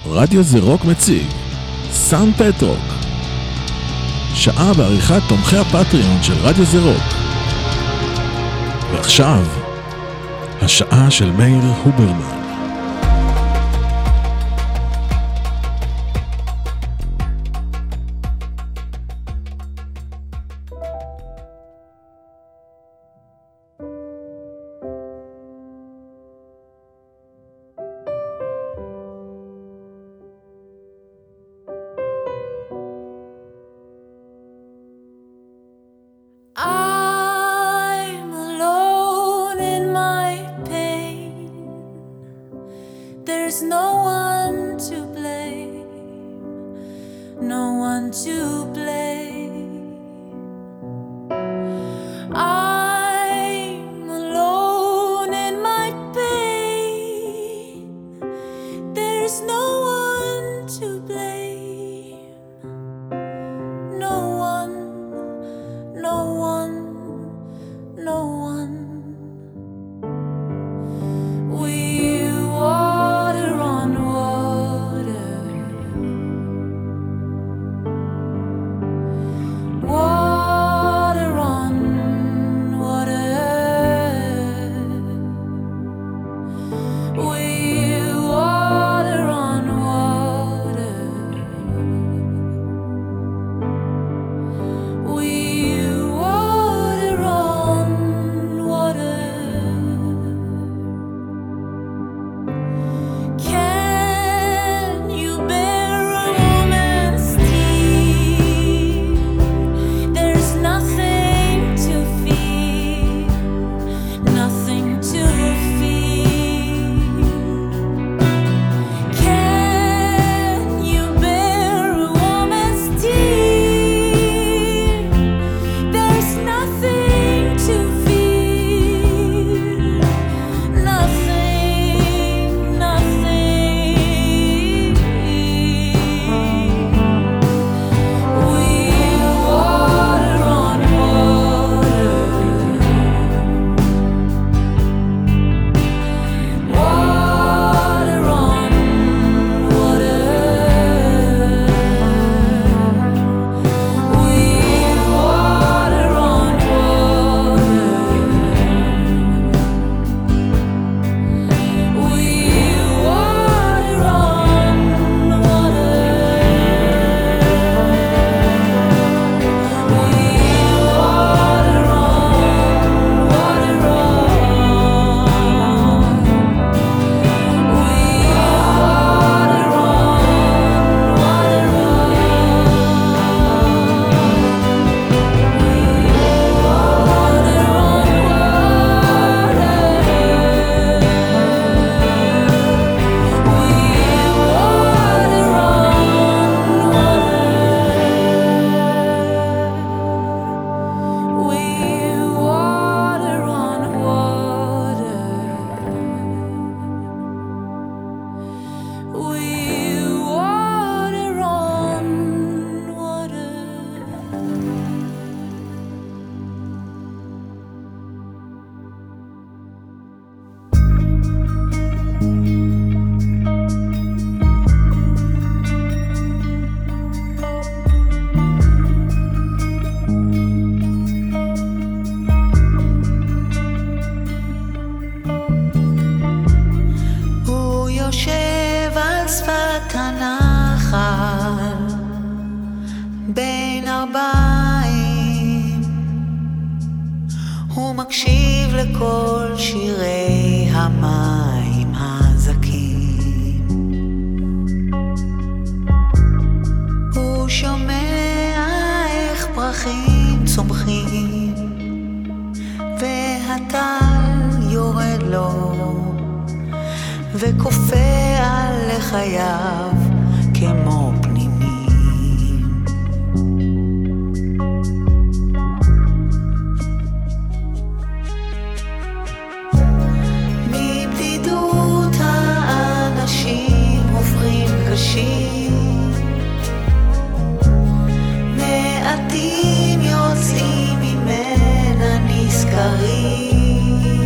רדיו זה רוק מציג סאונד פטרוק, שעה בעריכת תומכי הפטריון של רדיו זה רוק. ועכשיו השעה של מאיר הוברמן.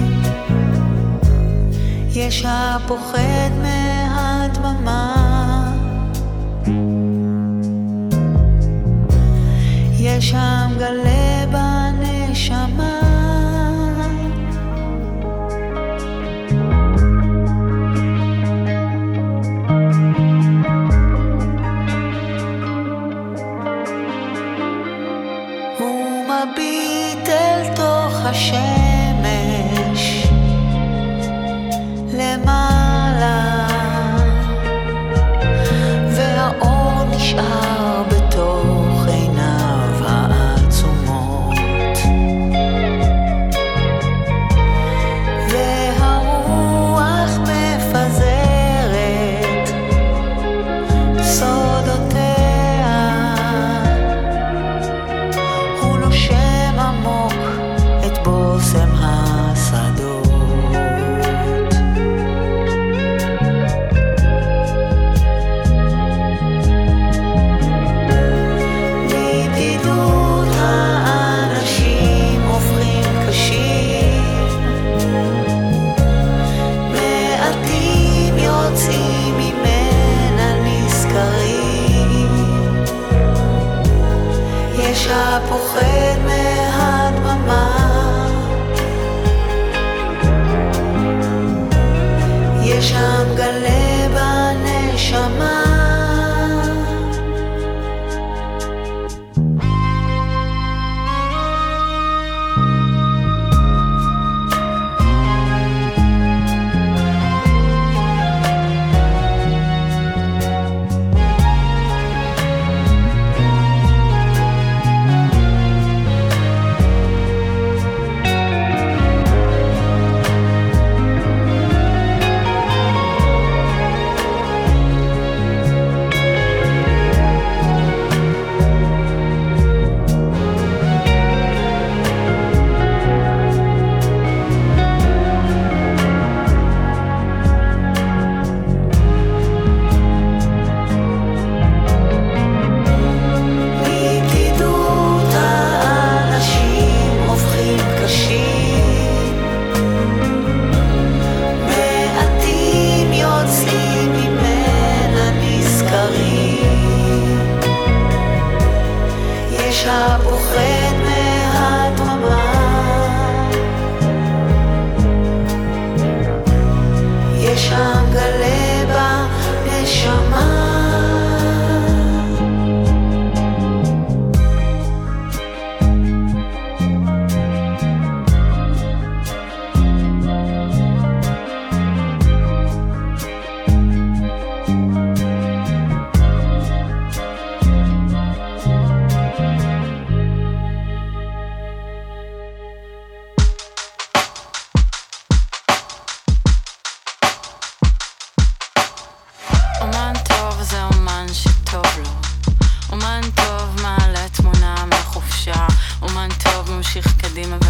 יש הפוחד מהדממה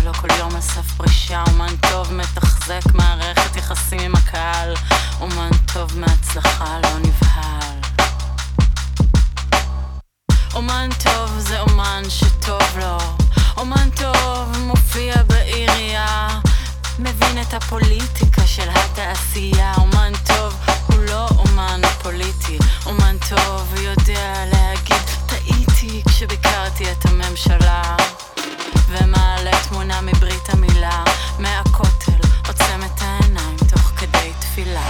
לו כל יום על סף פרישה. אומן טוב מתחזק מערכת יחסים עם הקהל. אומן טוב מהצלחה לא נבהל. אומן טוב זה אומן שטוב לו. אומן טוב מופיע בעירייה, מבין את הפוליטיקה של התעשייה. אומן טוב הוא לא אומן פוליטי. אומן טוב יודע להגיד טעיתי כשביקרתי את הממשלה, ומעלה תמונה מברית המילה מהכותל, עוצם את העיניים תוך כדי תפילה.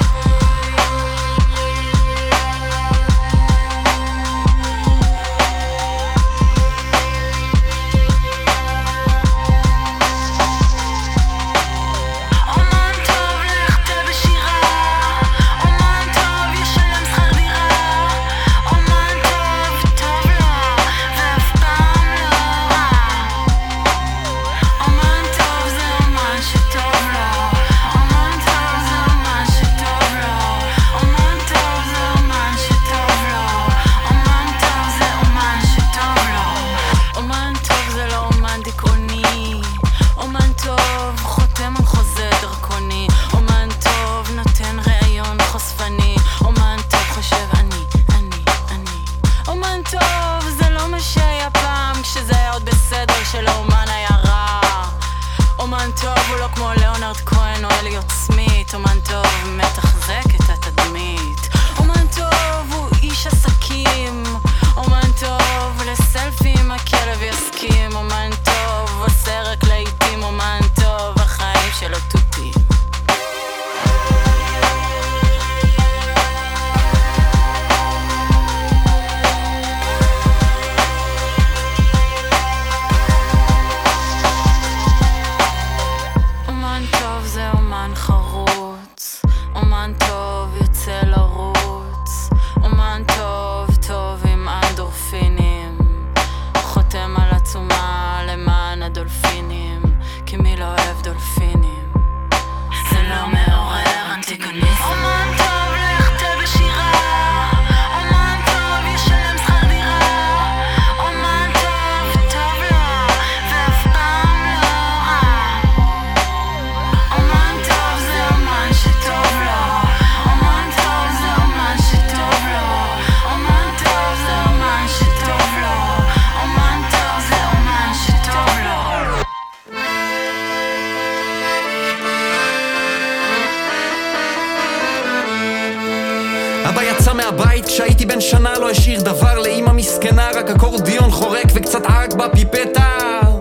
אבא יצא מהבית כשהייתי בן שנה, לא השאיר דבר לאמא מסכנה, רק אקורדיון חורק וקצת ערק בפיפטה.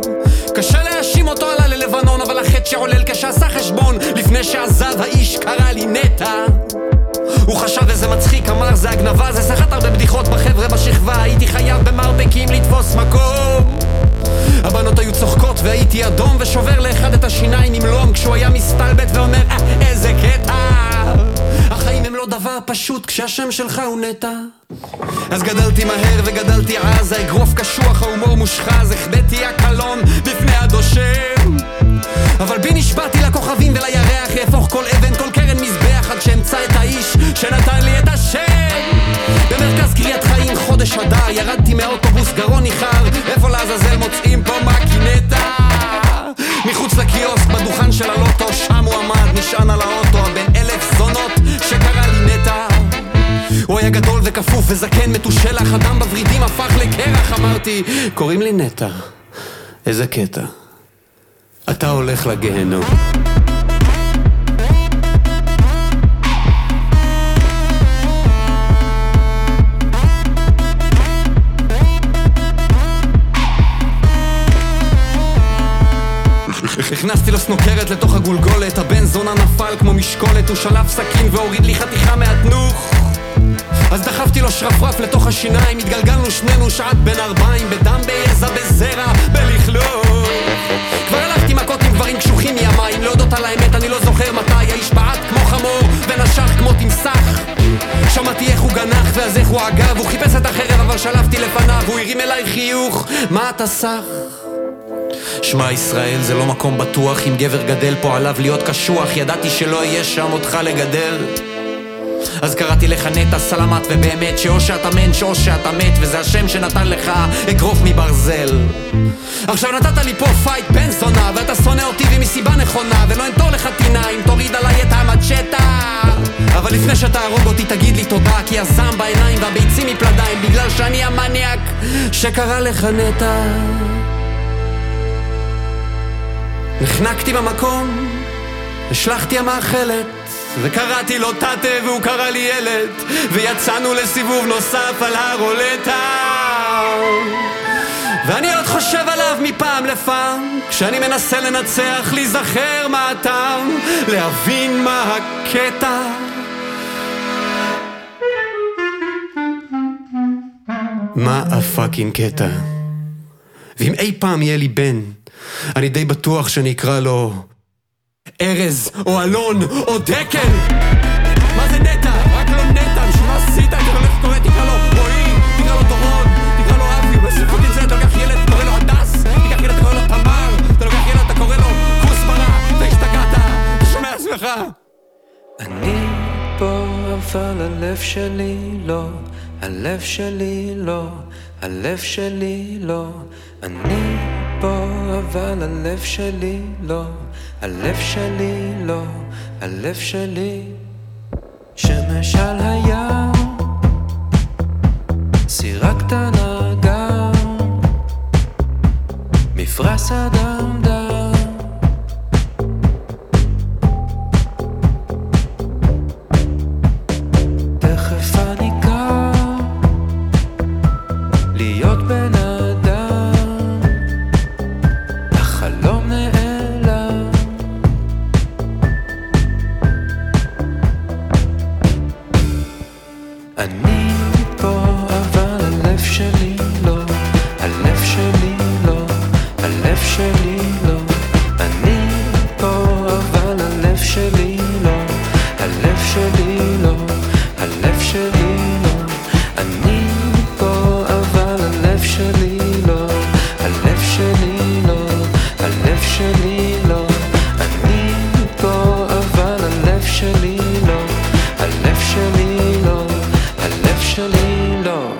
קשה להאשים אותו, עלה ללבנון, אבל החטא שעולל כשעשה חשבון לפני שעזב האיש קרא לי נטע. הוא חשב איזה מצחיק, אמר זה הגנבה, זה שחט הרבה בדיחות בחבר'ה בשכבה, הייתי חייב במרפקים לתפוס מקום. הבנות היו צוחקות והייתי אדום ושובר לאחד את השיניים עם לום כשהוא היה מסתלבט ואומר איזה קטע. החיים הם לא דבר פשוט כשהשם שלך הוא נטע. אז גדלתי מהר וגדלתי עז, האגרוף קשוח, ההומור מושחז, החבאתי הקלון בפני הדושם. אבל בי נשבעתי לכוכבים ולירח, יהפוך כל אבן, כל קרן מזבח, עד שאמצא את האיש שנתן לי את השם. במרכז קריית חיים חודש אדר, ירדתי מהאוטובוס גרון ניחר, איפה לעזאזל מוצאים פה מקינטה? מחוץ לקיוסק בדוכן של הלוטו, שם הוא עמד נשען על האוטו, הבן 1000 זונות שקרא לי נטע. הוא היה גדול וכפוף וזקן מתושלח, אדם בברידים הפך לקרח. אמרתי קוראים לי נטע, איזה קטע, אתה הולך לגיהנום. הכנסתי לו סנוקרת לתוך הגולגולת, הבן זונה נפל כמו משקולת, הוא שלף סכין והוריד לי חתיכה מהתנוך. אז דחפתי לו שרפרף לתוך השיניים, התגלגלנו שנינו שעת בין 40, בדם, ביזע, בזרע, בלכלוך. כבר הלכתי מכות עם גברים קשוחים מימיים, להודות על האמת אני לא זוכר מתי, האיש בעט כמו חמור ונשך כמו תמסך. שמעתי איך הוא גנח ואז איך הוא אגב, הוא חיפש את החרב אבל שלפתי לפניו, הוא הרים אליי חיוך, מה אתה סך? שמע ישראל זה לא מקום בטוח, אם גבר גדל פה עליו להיות קשוח, ידעתי שלא יהיה שם אותך לגדל. אז קראתי לך נטע סלמת, ובאמת שאו שאתה מנש או שאתה מת, וזה השם שנתן לך אגרוף מברזל. עכשיו נתת לי פה פייט בן זונה, ואתה שונא אותי ומסיבה נכונה, ולא אנתור לך טינה אם תוריד עליי את המצ'טה. אבל לפני שתהרוג אותי תגיד לי תודה, כי הזעם בעיניים והביצים מפלדיים, בגלל שאני המניאק שקרא לך נטע. נחנקתי במקום, השלחתי המאכלת, וקראתי לו תתה והוא קרא לי ילד, ויצאנו לסיבוב נוסף על הרולטה. ואני עוד חושב עליו מפעם לפעם, כשאני מנסה לנצח, להיזכר מה הטעם, להבין מה הקטע. מה הפאקינג קטע? ואם אי פעם יהיה לי בן, אני די בטוח שאני אקרא לו ארז או אלון או דקל. מה זה נטע? רק לא נטע, בשביל מה עשית? אתה הולך קורא, תקרא לו רועי, תקרא לו דורון, תקרא לו אבי. בספרות עם זה אתה לוקח ילד, אתה קורא לו הדס, תיקח ילד, אתה קורא לו תמר, אתה לוקח ילד, אתה קורא לו כוסברה, אתה השתגעת, אתה שומע עצמך. אני פה אבל הלב שלי לא, הלב שלי לא, הלב שלי לא. אני פה אבל הלב שלי לא, הלב שלי לא, הלב שלי. שמש על הים, סירה קטנה גם, מפרש אדם דם. תכף אני קם, להיות בן אדם, החלום נעלם. אני פה אבל הלב שלי לא, הלב שלי לא, הלב שלי לא. אני פה אבל הלב שלי לא, הלב שלי לא, הלב שלי לא. אני פה אבל הלב שלי לא, הלב שלי לא, הלב שלי לא. אני פה אבל הלב שלי לא, הלב שלי לא, הלב שלי לא.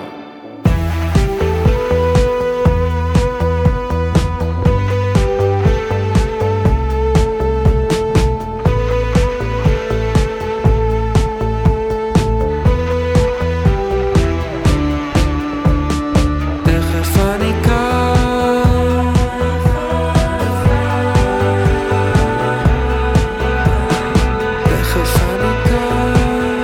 תכף אני קם, תכף אני קם.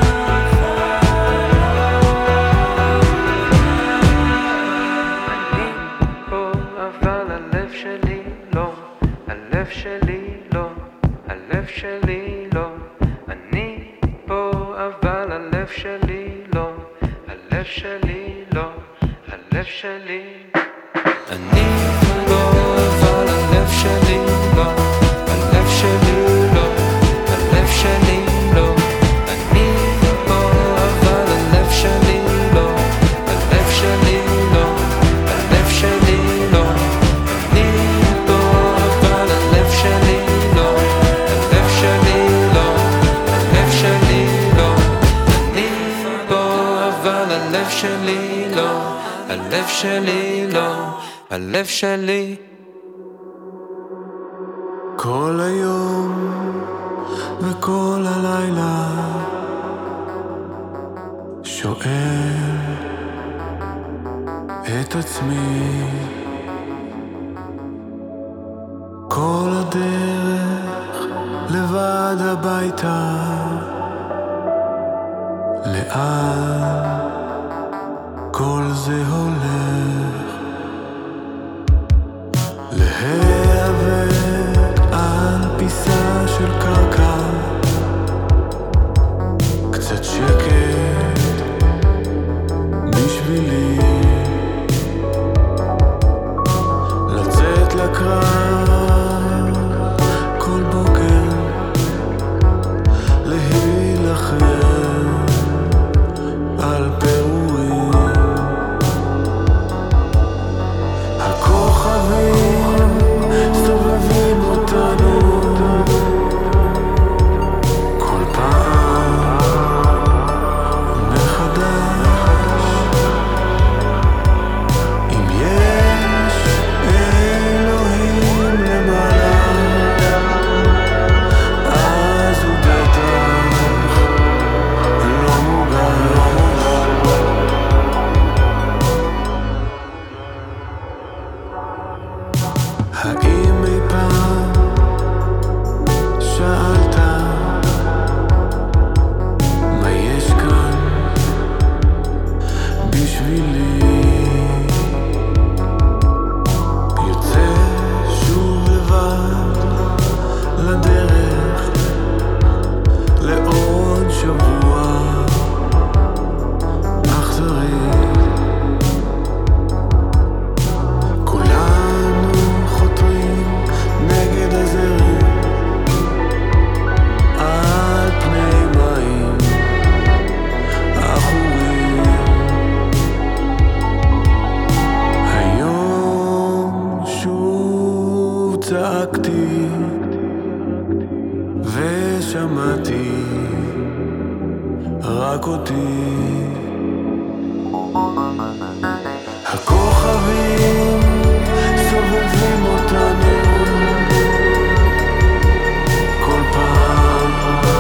אני פה אבל הלב שלי לא, הלב שלי לא, הלב שלי לא. אני פה אבל הלב שלי לא, הלב שלי לא, הלב שלי. אני פה אבל הלב שלי לא, הלב שלי לא, הלב שלי לא. אני פה אבל הלב שלי לא, הלב שלי לא, הלב שלי לא. אני פה אבל הלב שלי לא, הלב שלי לא, הלב שלי לא. אני פה אבל הלב שלי לא, הלב שלי לא, הלב שלי. כל היום וכל הלילה שואל את עצמי, כל הדרך לבד הביתה, לאן כל זה הולך? להיאבק על פיסה של קרקע, קצת שקט בשבילי, לצאת לקרב כל בוקר, להילחם על פירורים. בשבילי יוצא שוב לבד לדרך לעוד שבוע אכזרי כולנו חותרים נגד הזרם על פני מים עכורים היום שוב צעקתי ושמעתי רק אותי הכוכבים סובבים אותנו כל פעם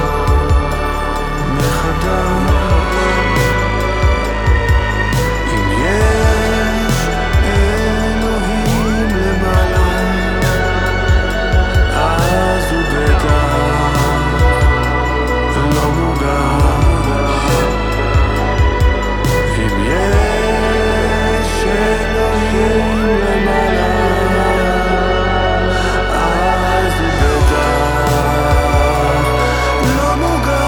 מחדש אם יש אלוהים למעלה אז הוא בטח לא מורגש אם יש אלוהים למעלה אז הוא בטח לא מורגש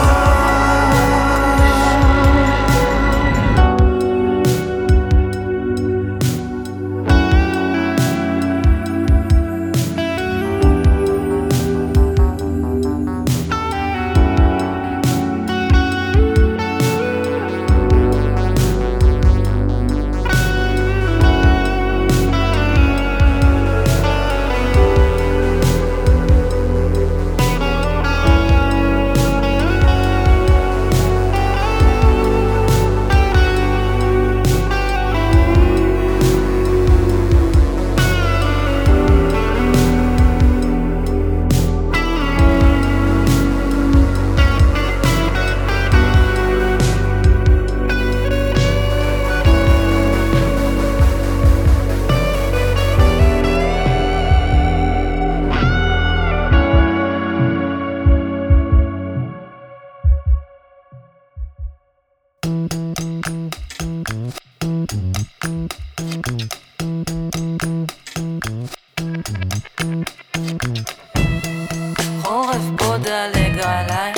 חורף בוא דלג עליי,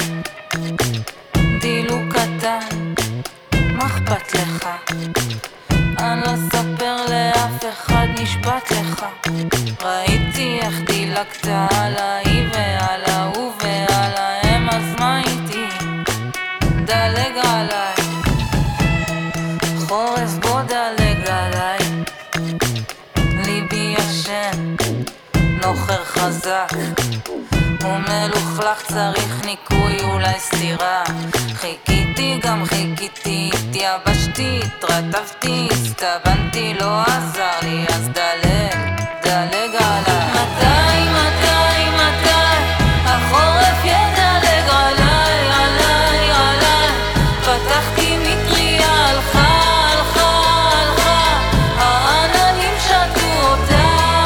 דילוג קטן, מה אכפת לך? אני לא אספר לאף אחד, נשבעת לך. ראיתי איך דילגת עליי ועל ההוא ועל ההם, אז מה איתי? דלג עליי. חורף בוא דלג עליי, ליבי ישן, נוחר חזק ומלוכלך, צריך ניקוי אולי סתירה. חיכיתי גם חיכיתי, התייבשתי, התרטבתי, הסתבנתי, לא עזר לי, אז דלג עליי. מתי, מתי, מתי החורף ידלג עליי, עליי, עליי. פתחתי מטריה, הלכה, הלכה, הלכה, העננים שתו אותה.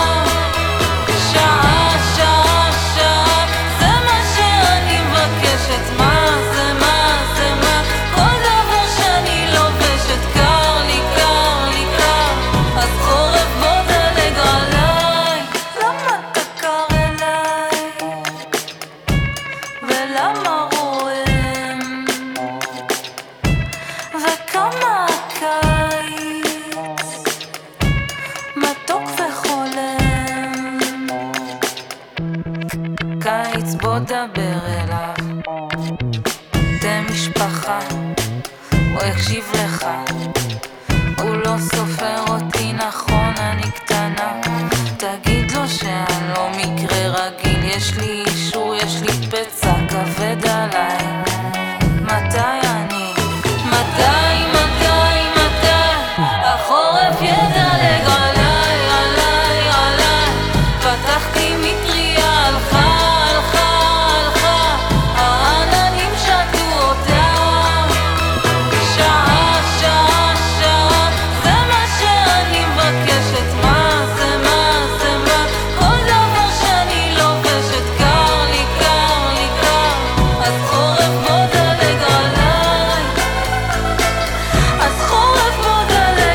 שעה, שעה, שעה, זה מה שאני מבקשת. מה זה, מה זה, מה? כל דבר שאני לובשת, קר לי, קר לי, קר. אז חורף בוא דלג עליי. למה אתה קר אליי? ולמה רועם? וכמה הקיץ מתוק וחולם. קיץ בוא דבר אליו, תן משפחה, הוא יקשיב לך. הוא לא סופר אותי נכון, אני קטנה. תגיד לו שאני לא מקרה רגיל, יש לי אישור, יש לי פצע כבד עליי. מתי אני? מתי, מתי, מתי החורף ידלג עליי, עליי, עליי. פתחתי מטריה, הלכה, הלכה, הלכה, העננים שתו אותה. שעה, שעה, שעה, זה מה שאני מבקשת. מה זה, מה זה, מה? כל דבר שאני לובשת, קר לי, קר לי, קר. אז חורף בוא דלג עליי, אז חורף בוא דלג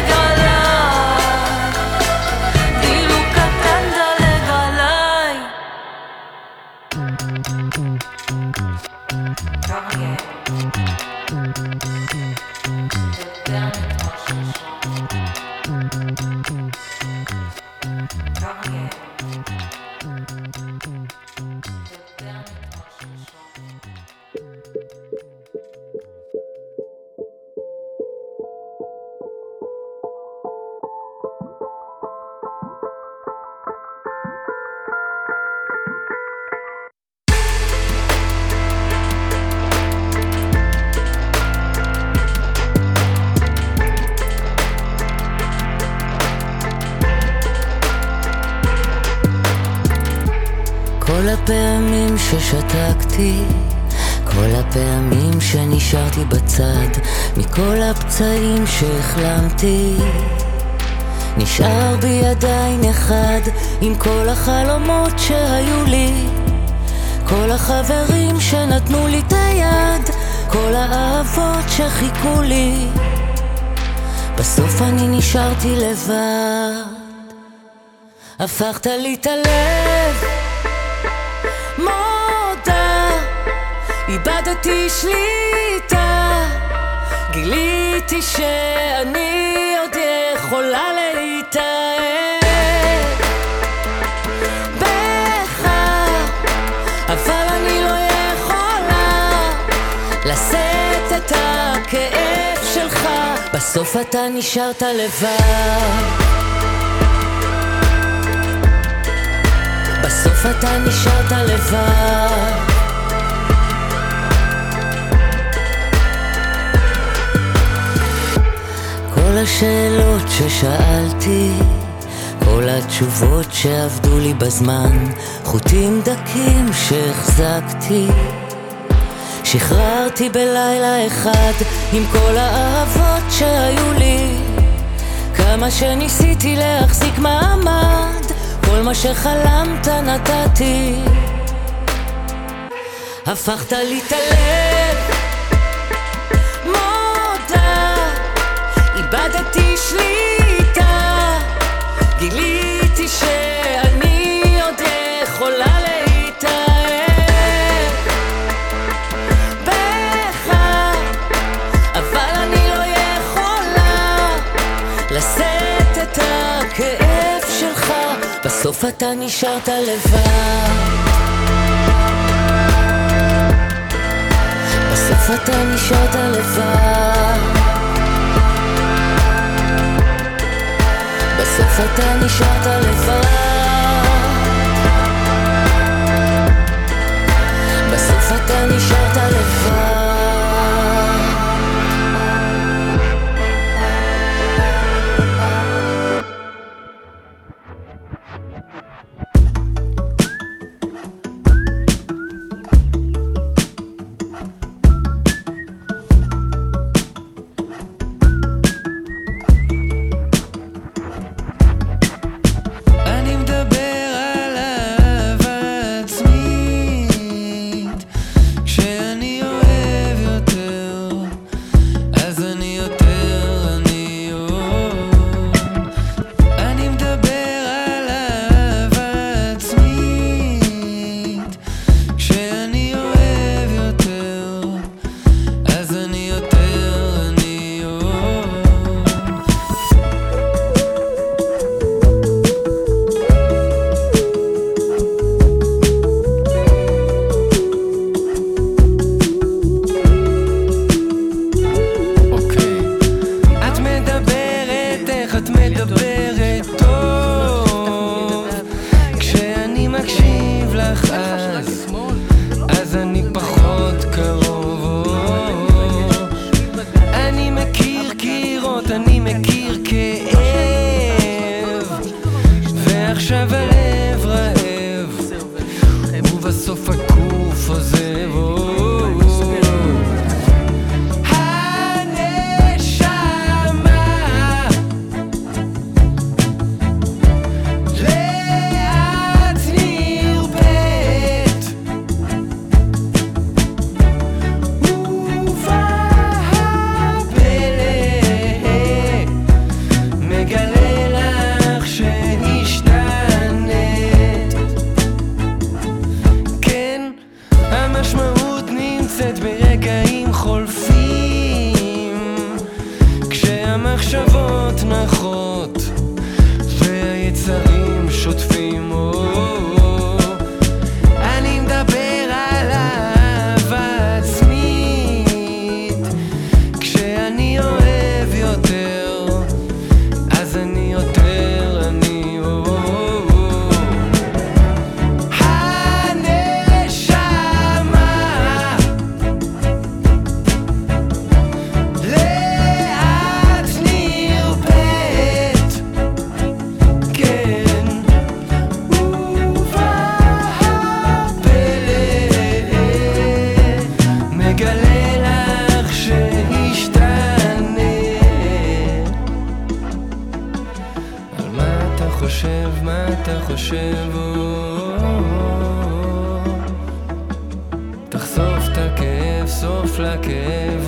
הפעמים ששתקתי, כל הפעמים שנשארתי בצד, מכל הפצעים שהחלמתי, נשאר בי עדיין אחד עם כל החלומות שהיו לי, כל החברים שנתנו לי את היד, כל האהבות שחיכו לי. בסוף אני נשארתי לבד, הפכת לי את הלב, מודה, איבדתי שליטה, גיליתי שאני עוד יכולה להתאהב בך, אבל אני לא יכולה לשאת את הכאב שלך. בסוף אתה נשארת לבד, בסוף אתה נשארת לבד. כל השאלות ששאלתי, כל התשובות שעבדו לי בזמן, חוטים דקים שהחזקתי, שחררתי בלילה אחד עם כל האהבות שהיו לי. כמה שניסיתי להחזיק מעמד, כל מה שחלמת נתתי, הפכת לי את הלב, מודה, איבדתי שליטה, גיליתי שאני עוד יכולה להתאהב בך, אבל אני לא יכולה לשאת את הכאב שלך. בסוף אתה נשארת לבד, בסוף אתה נשארת לבד, בסוף אתה נשארת לבד, בסוף אתה נשארת לבד. אתה חושב תחשוף את הכאב, סוף לכאב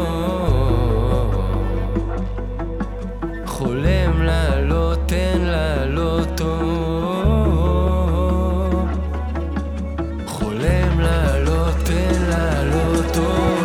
חולם לעלות, תן לעלות חולם לעלות, תן לעלות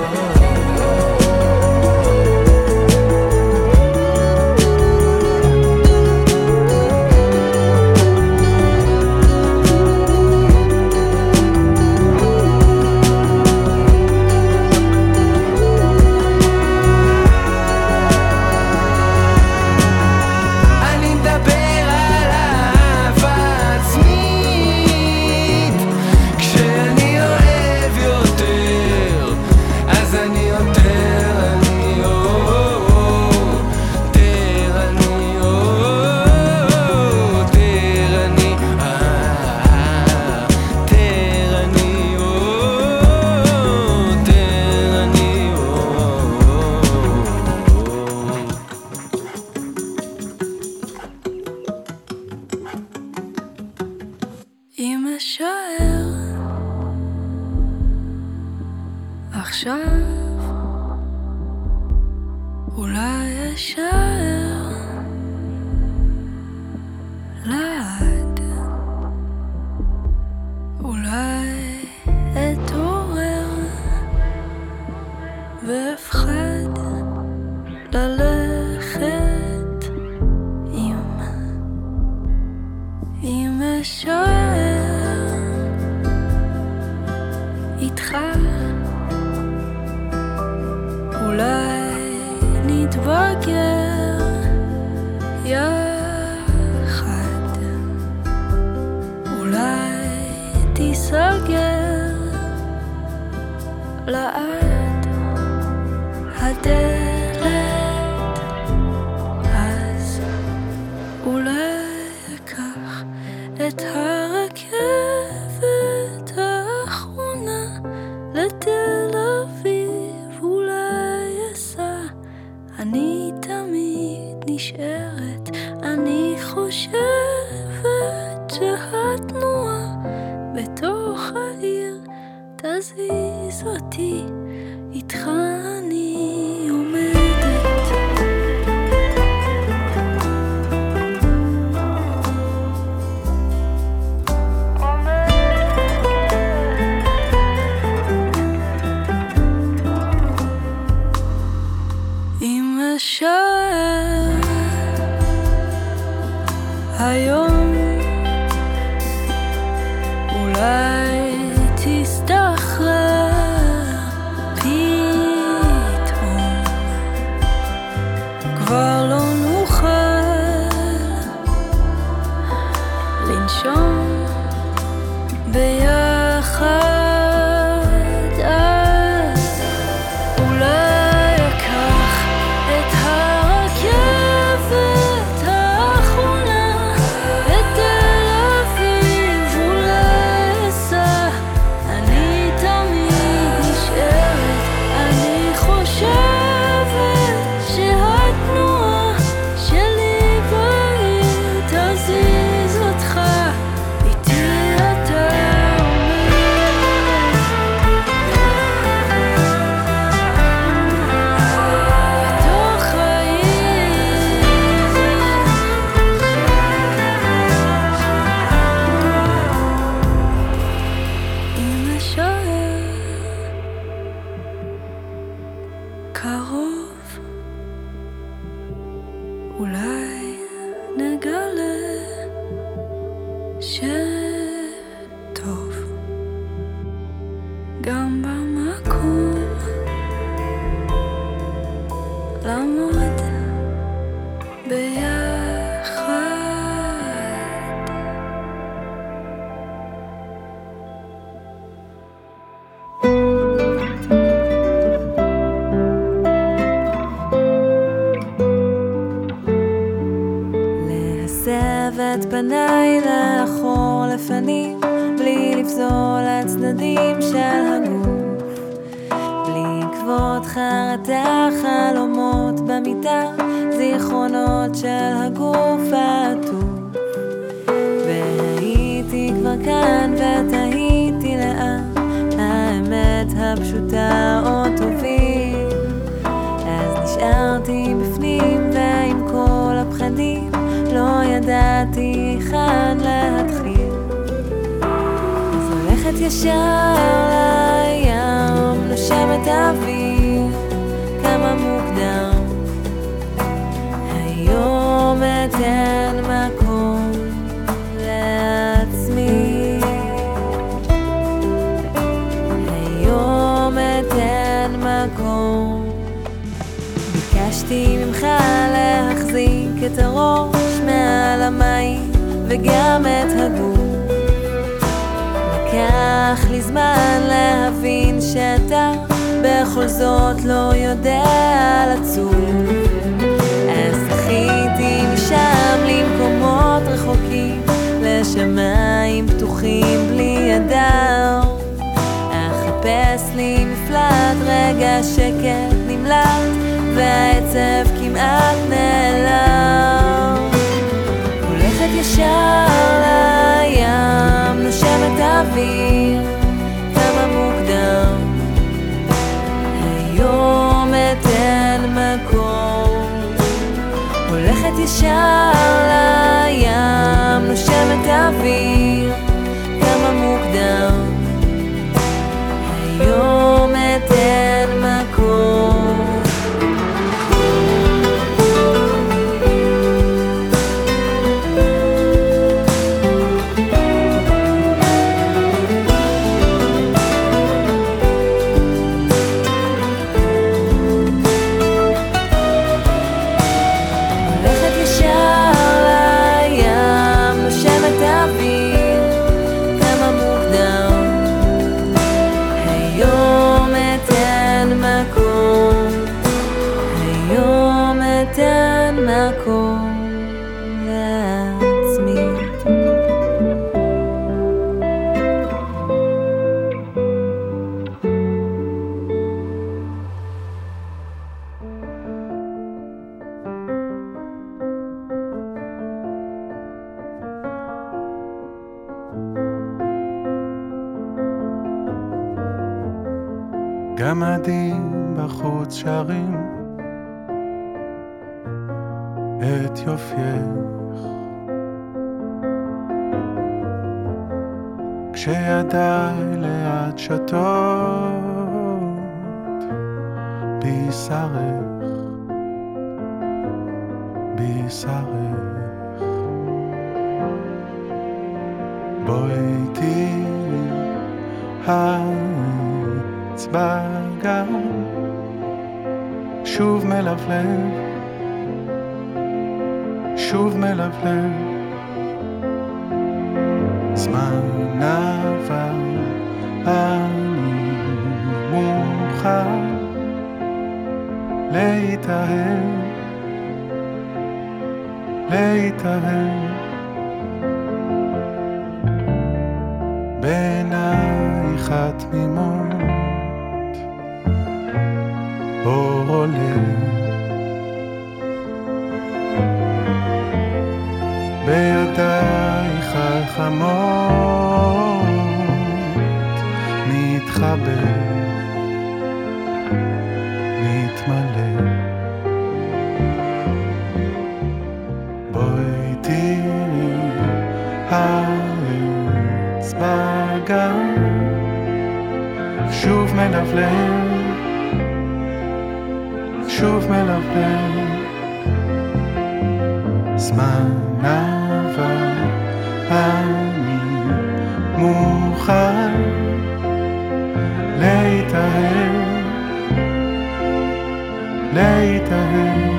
היום אולי תסתחרר פתאום כבר לא נוכל לנשום ביחד אז אולי אקח את הרכבת האחרונה בתל אביב אולי אסע אני תמיד נשארת אני חושבת שהתנועה שלי בעיר תזיז אותך איתי אתה בתוך העיר אם אשאר קרוב אולי נגלה שטוב גם במקום לעמוד ביחד להסב את פניי לאחור לפנים בלי לפזול הצדדים של הגוף בלי עקבות חרטה חלומות במיטה זיכרונות של הגוף העטוף כבר כאן ותהיתי לאן האמת הפשוטה עוד תוביל. אז נשארתי בפנים ועם כל הפחדים לא ידעתי היכן להתחיל. אז הולכת ישר לים, נושמת אוויר כמה מוקדם. היום אתן מקום לעצמי, היום אתן מקום. ביקשתי ממך להחזיק את הראש מעל המים וגם את הגוף. לקח לי זמן להבין שאתה בכל זאת לא יודע לצוף. אז שחיתי משם למקומות רחוקים, לשמיים פתוחים בלי ידע. אחפש לי מפלט, רגע שקט נמלט והעצב כמעט נעלם. הולכת ישר לים, נושמת אוויר כמה מוקדם. היום אתן מקום. הולכת ישר לים, נושמת אוויר כמה מוקדם. היום אתן מקום. אתן מקום לעצמי. גמדים בחוץ שרים את יופייך, כשידיי לאט שתות בשרך, בשרך. בואי תהיי האצבע גם שוב מלבלב, שוב מלבלב. זמן עבר, אני מוכן להתאהב, להתאהב. בעינייך התמימות אור עולה, בידייך החמות מתחבר, מתמלא. בואי תראי האצבע גם שוב מלבלב, שוב מלבלב. זמן עבר, אני מוכן להתאהב, להתאהב.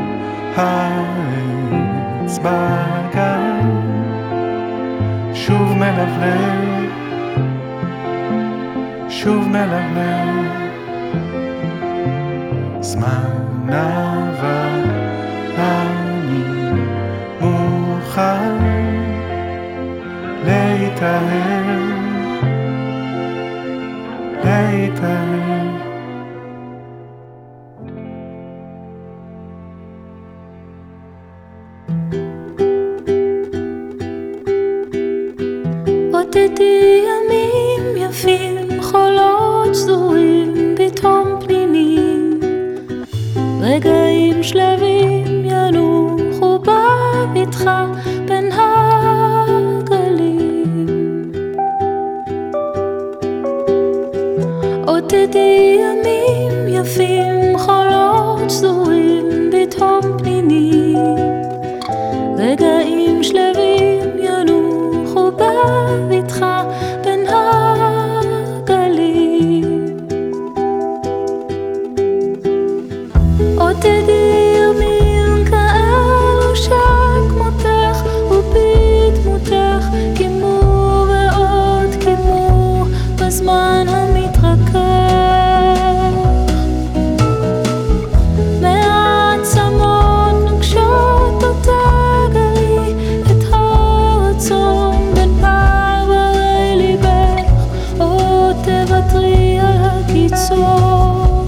האצבע גם שוב מלבלב, שוב מלבלב, זמן עבר, אני מוכן להתאהב, להתאהב. עודדי ימים יפים, חולות שזורים בתום פנינים, רגעים שלבים ינוחו בבטחה בין הגלים. עודדי ימים יפים, חולות שזורים בתום פנינים, רגעים שלבים ינוחו בבטחה בין הגלים. עודדי ימים כאלו שכמותך ובדמותך, קימו ועוד קימו בזמן המתרכך, מעצמות נוגשות אותה גלי, את הרצון בין פרברי ליבך, או תוותרי על הקיצור.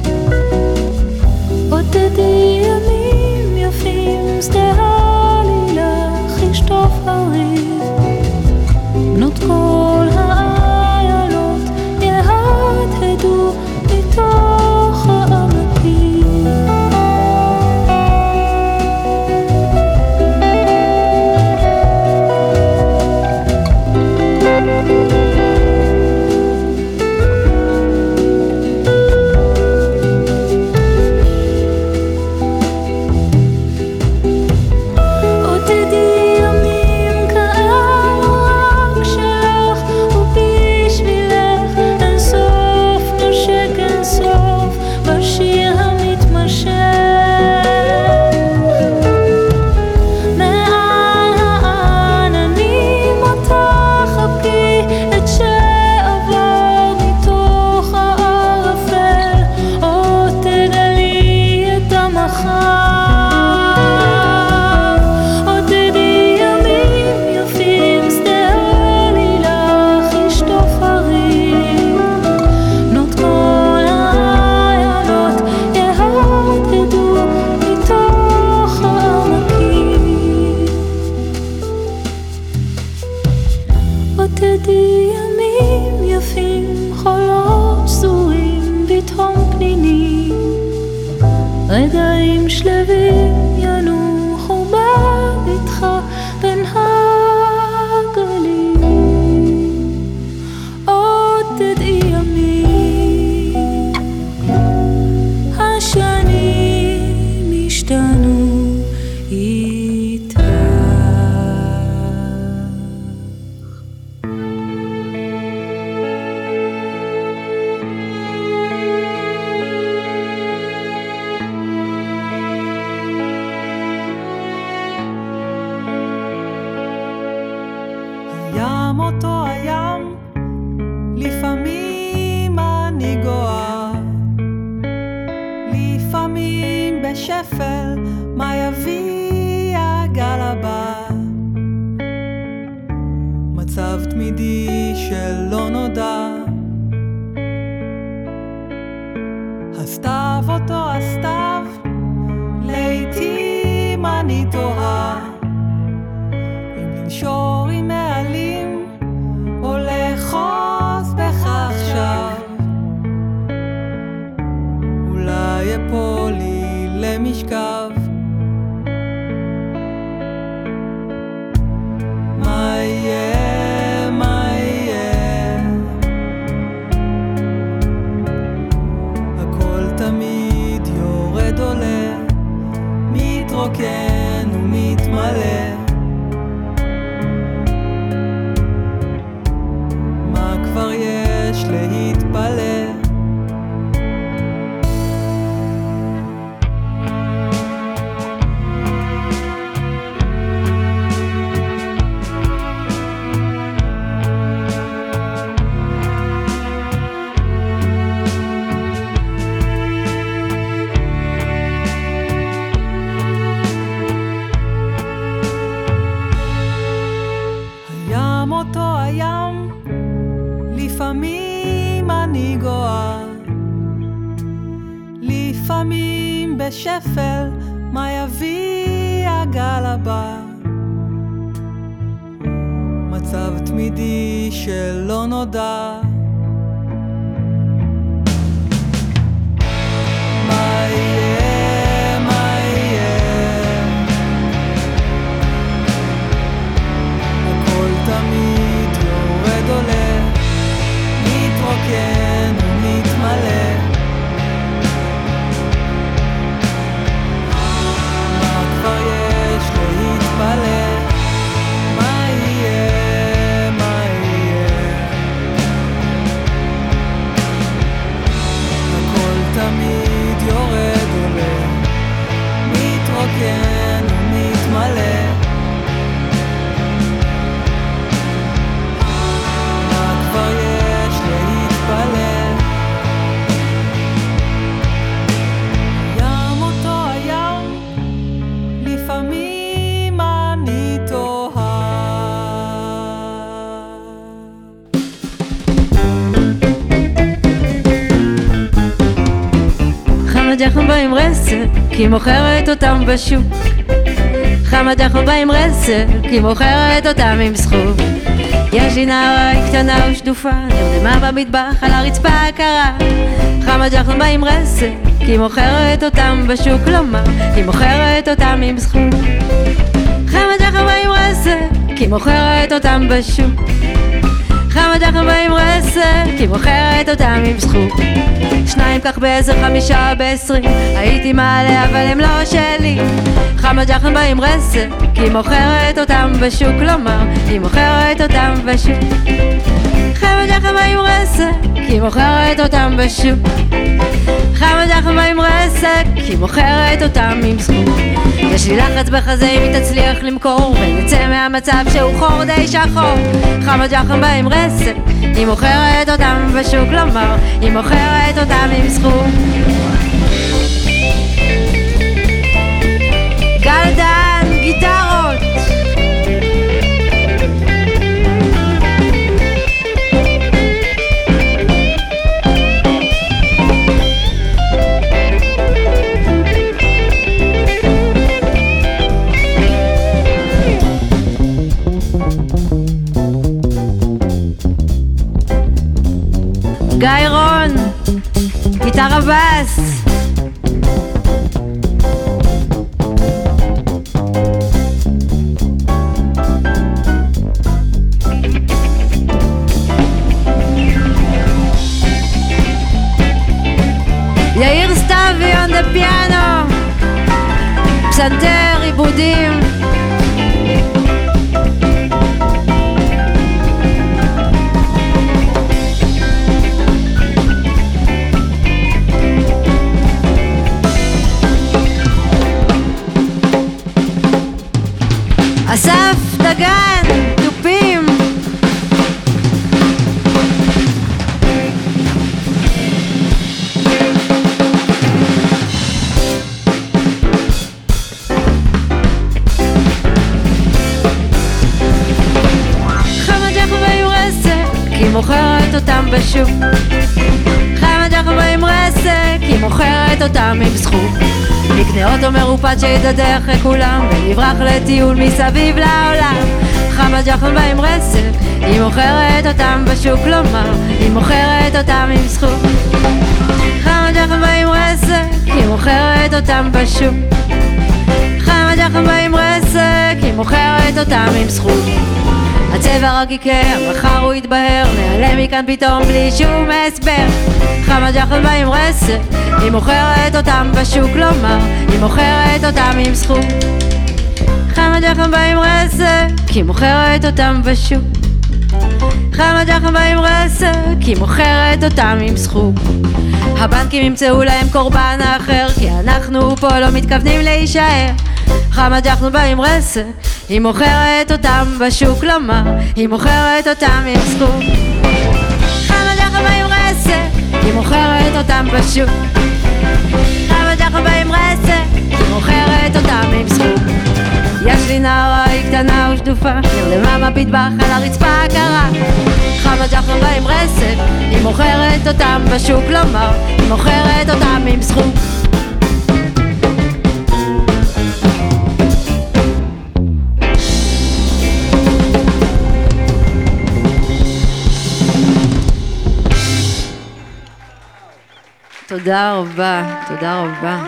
עודדי ימים יפים, שדה העלילך ישטוף הרים, בנות כל העיילות יהדהדו מתוך העמקים. עודדי ימים כאלו רק שלך, ובשבילך אין סוף נושק אין סוף בשיר המתמשך. מעל העננים אותך חבקי, את שעבר מתוך הערפל, או תגלי את המחר. עודדי ימים יפים, שדה העלילך ישטוף הרים, בנות כל העיילות יהדהדו מתוך העמקים. עודדי ימים יפים, חולות שזורים בתהום פנינים, רגעים שלווים ינוחו בבטחה בין הגלים. עודדי ימים, השנים השתנו איתך. הים אותו הים, לפעמים אני גואה, לפעמים בשפל, מה יביא הגל הבא. מצב תמידי שלא נודע, הסתיו אותו הסתיו, לעתים אני תוהה, אם לנשור עם מעלים או לחוז בך עכשיו. אולי אפול לי למשכב, מה יהיה, מה יהיה, הכל תמיד יורד עולה, מתרוקן ומתמלא. מה כבר יש להתפלא? לשפל, מה יביא הגל הבא? מצב תמידי שלא נודע. מה יהיה, מה יהיה? הכל תמיד יורד עולה, מתרוקן ומתמלא. מה כבר יש להתפלא? מה יהיה, מה יהיה? הכל תמיד יורד עולה, מתרוקן ומתמלא. מה כבר יש להתפלא? ים אותו הים, לפעמים אני תוהה. חמד אנחנו בא עם רסק, כי מוכרת אותם בשוק. חמד אנחנו בא עם רסק, כי מוכרת אותם עם סחוב. יש לי נערה קטנה ושדופה, נרדמה במטבח על הרצפה הקרה. חמד אנחנו בא עם רסק, כי מוכרת אותם בשוק, כלומר, היא מוכרת אותם עם סחוב. חמד אנחנו בא עם רסק, כי מוכרת אותם בשוק. חמד אנחנו בא עם רסק, כי מוכרת אותם עם סחוב. 2 כך ב10, 5 ב20, הייתי מעלה אבל הם לא שלי. חמד אנחנו בא עם רסק, כי מוכרת אותם בשוק, כלומר, היא מוכרת אותם בשוק. חמד אנחנו בא עם רסק, כי מוכרת אותם בשוק. חמד אנחנו בא עם רסק, כי מוכרת אותם עם סכום. יש לי לחץ בחזה אם היא תצליח למכור, ונצא מהמצב שהוא חור די שחור. חמד אנחנו בא עם רסק, היא מוכרת אותם בשוק, כלומר, היא מוכרת אותם עם סכום. גלדן, גיטרות. גיא רון, גיטרה בס. יאיר סתיוי on the piano, פסנתר, עיבודים. אסף דגן, תופים. חמד אנחנו בא עם רסק, כי מוכרת אותם בשוק. חמד אנחנו בא עם רסק, כי מוכרת אותם עם סכום. נקנה אוטו מרופד שידדה אחרי כולם, ונברח לטיול מסביב לעולם. חמד אנחנו בא עם רסק, היא מוכרת אותם בשוק, כלומר, היא מוכרת אותם עם סכום. חמד אנחנו בא עם רסק, היא מוכרת אותם בשוק. חמד אנחנו בא עם רסק, היא מוכרת אותם עם סכום. הצבע רק יקרה, מחר הוא יתבהר, נעלה מכאן פתאום בלי שום הסבר. חמד אנחנו בא עם רסק, היא מוכרת אותם בשוק, כלומר, היא מוכרת אותם עם סכום. חמד אנחנו בא עם רסק, היא מוכרת אותם בשוק. חמד אנחנו בא עם רסק, היא מוכרת אותם עם סכום. הבנקים ימצאו להם קורבן אחר, כי אנחנו פה לא מתכוונים להישאר. חמד אנחנו בא עם רסק, היא מוכרת אותם בשוק, כלומר, היא מוכרת אותם עם סכום. חמד אנחנו בא עם רסק, היא מוכרת אותם בשוק. חמד אנחנו בא עם רסק, היא מוכרת אותם עם סכום. יש לי נערה, היא קטנה ושדופה, נרדמה במטבח על הרצפה הקרה. חמד אנחנו בא עם רסק, היא מוכרת אותם בשוק, כלומר, היא מוכרת אותם עם סכום. תודה רבה, תודה רבה.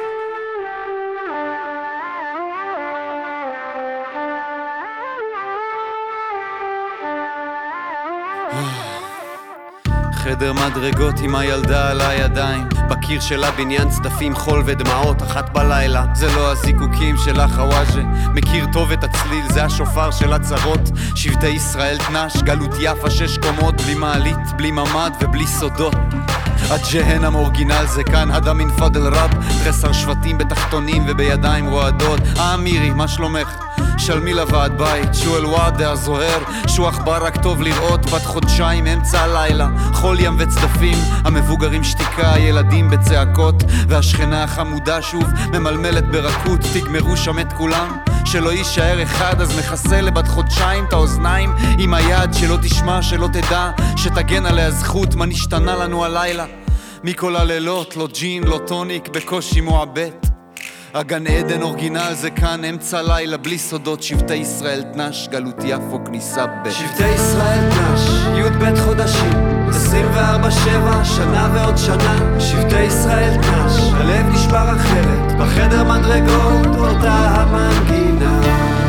חדר מדרגות עם הילדה על הידיים, בקיר שלה בניין צדפים, חול ודמעות, 1 בלילה. זה לא הזיקוקים של החוואג'ה, מכיר טוב את הצליל, זה השופר של הצרות. שבטי ישראל תנש, גלות יפה 6 קומות, בלי מעלית, בלי ממד ובלי סודות. הג'הנם אורגינל זה כאן, הדה מן פדל רב, 10 שבטים בתחתונים ובידיים רועדות. מירי, מה שלומך? שלמי לוועד בית, שואל וואדה הזוהר, שוח ברק טוב לראות, בת חודשיים אמצע הלילה, חול ים וצדפים, המבוגרים שתיקה, הילדים בצעקות, והשכנה החמודה שוב ממלמלת ברכות. תגמרו שם את כולם, שלא יישאר אחד, אז מכסה לבת חודשיים את האוזניים עם היד, שלא תשמע, שלא תדע, שתגן עליה זכות. מה נשתנה לנו הלילה? מכל הלילות, לא ג'ין, לא טוניק, בקושי מועבט. הגן עדן אורגינל זה כאן, אמצע לילה בלי סודות. שבטי ישראל תנש, גלות יפו, כניסה ב'. שבטי ישראל תנש, י' ב' חודשים, 24/7, שנה ועוד שנה. שבטי ישראל תנש, הלב נשבר אחרת, בחדר מדרגות אותה המנגינה.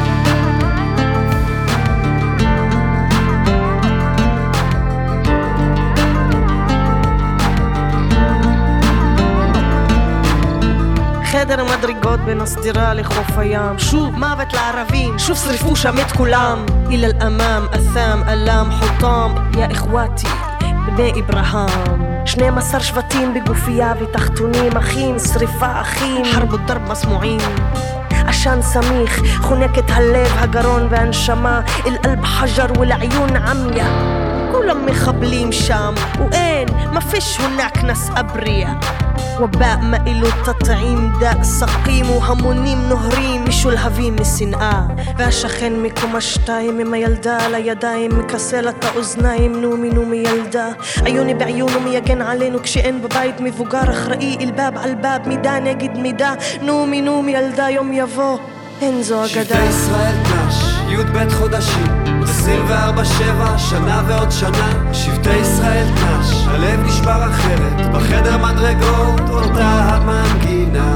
חדר מדרגות בין הסדירה לחוף הים, שוב מוות לערבים, שוב שריפו שם את כולם. איל אל-אמם, אסם, אלם, חותם, יא איחוותי, בני אברהם. 12 שבטים בגופייה ותחתונים, אחים, שריפה אחים, חרב ודרב מסמועים. עשן סמיך, חונק את הלב, הגרון והנשמה, אל-אלב חג'ר ולעיון עמיה. כולם מחבלים שם, ואין, מפיש הונק נס אבריה. وباء مائل التطعيم داء سقيم وهمونيم نهرين משולהבים משנאה. והשכן מקומה 2 עם הילדה על הידיים, מכסה לה את האוזניים. נומי ילדה, עיוני בעיונו מייגן עלינו כשאין בבית מבוגר אחראי. אלבאב על באב, מידה נגד מידה. נומי ילדה, יום יבוא, אין זו אגדה. שבטי ישראל תנש, י' ב' חודשים, 24/7, שנה ועוד שנה. שבטי ישראל תנש, הלב נשבר אחרת, בחדר מדרגות אותה המנגינה.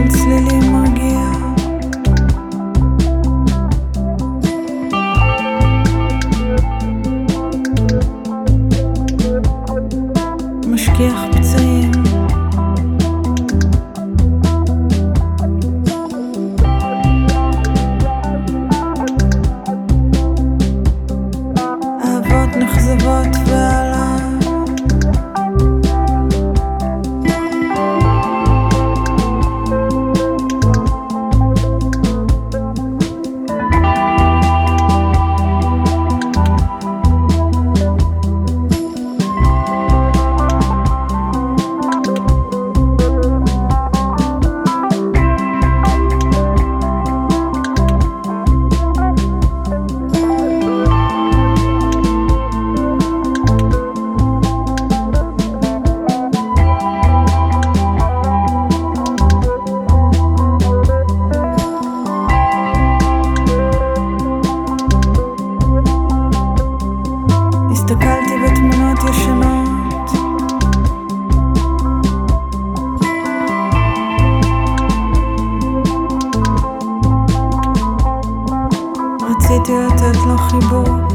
של צלילים מרגיע. משכיח פצעים. אהבות נחזבות ועלה. הסתכלתי בתמונות ישנות, רציתי לתת לו חיבוק.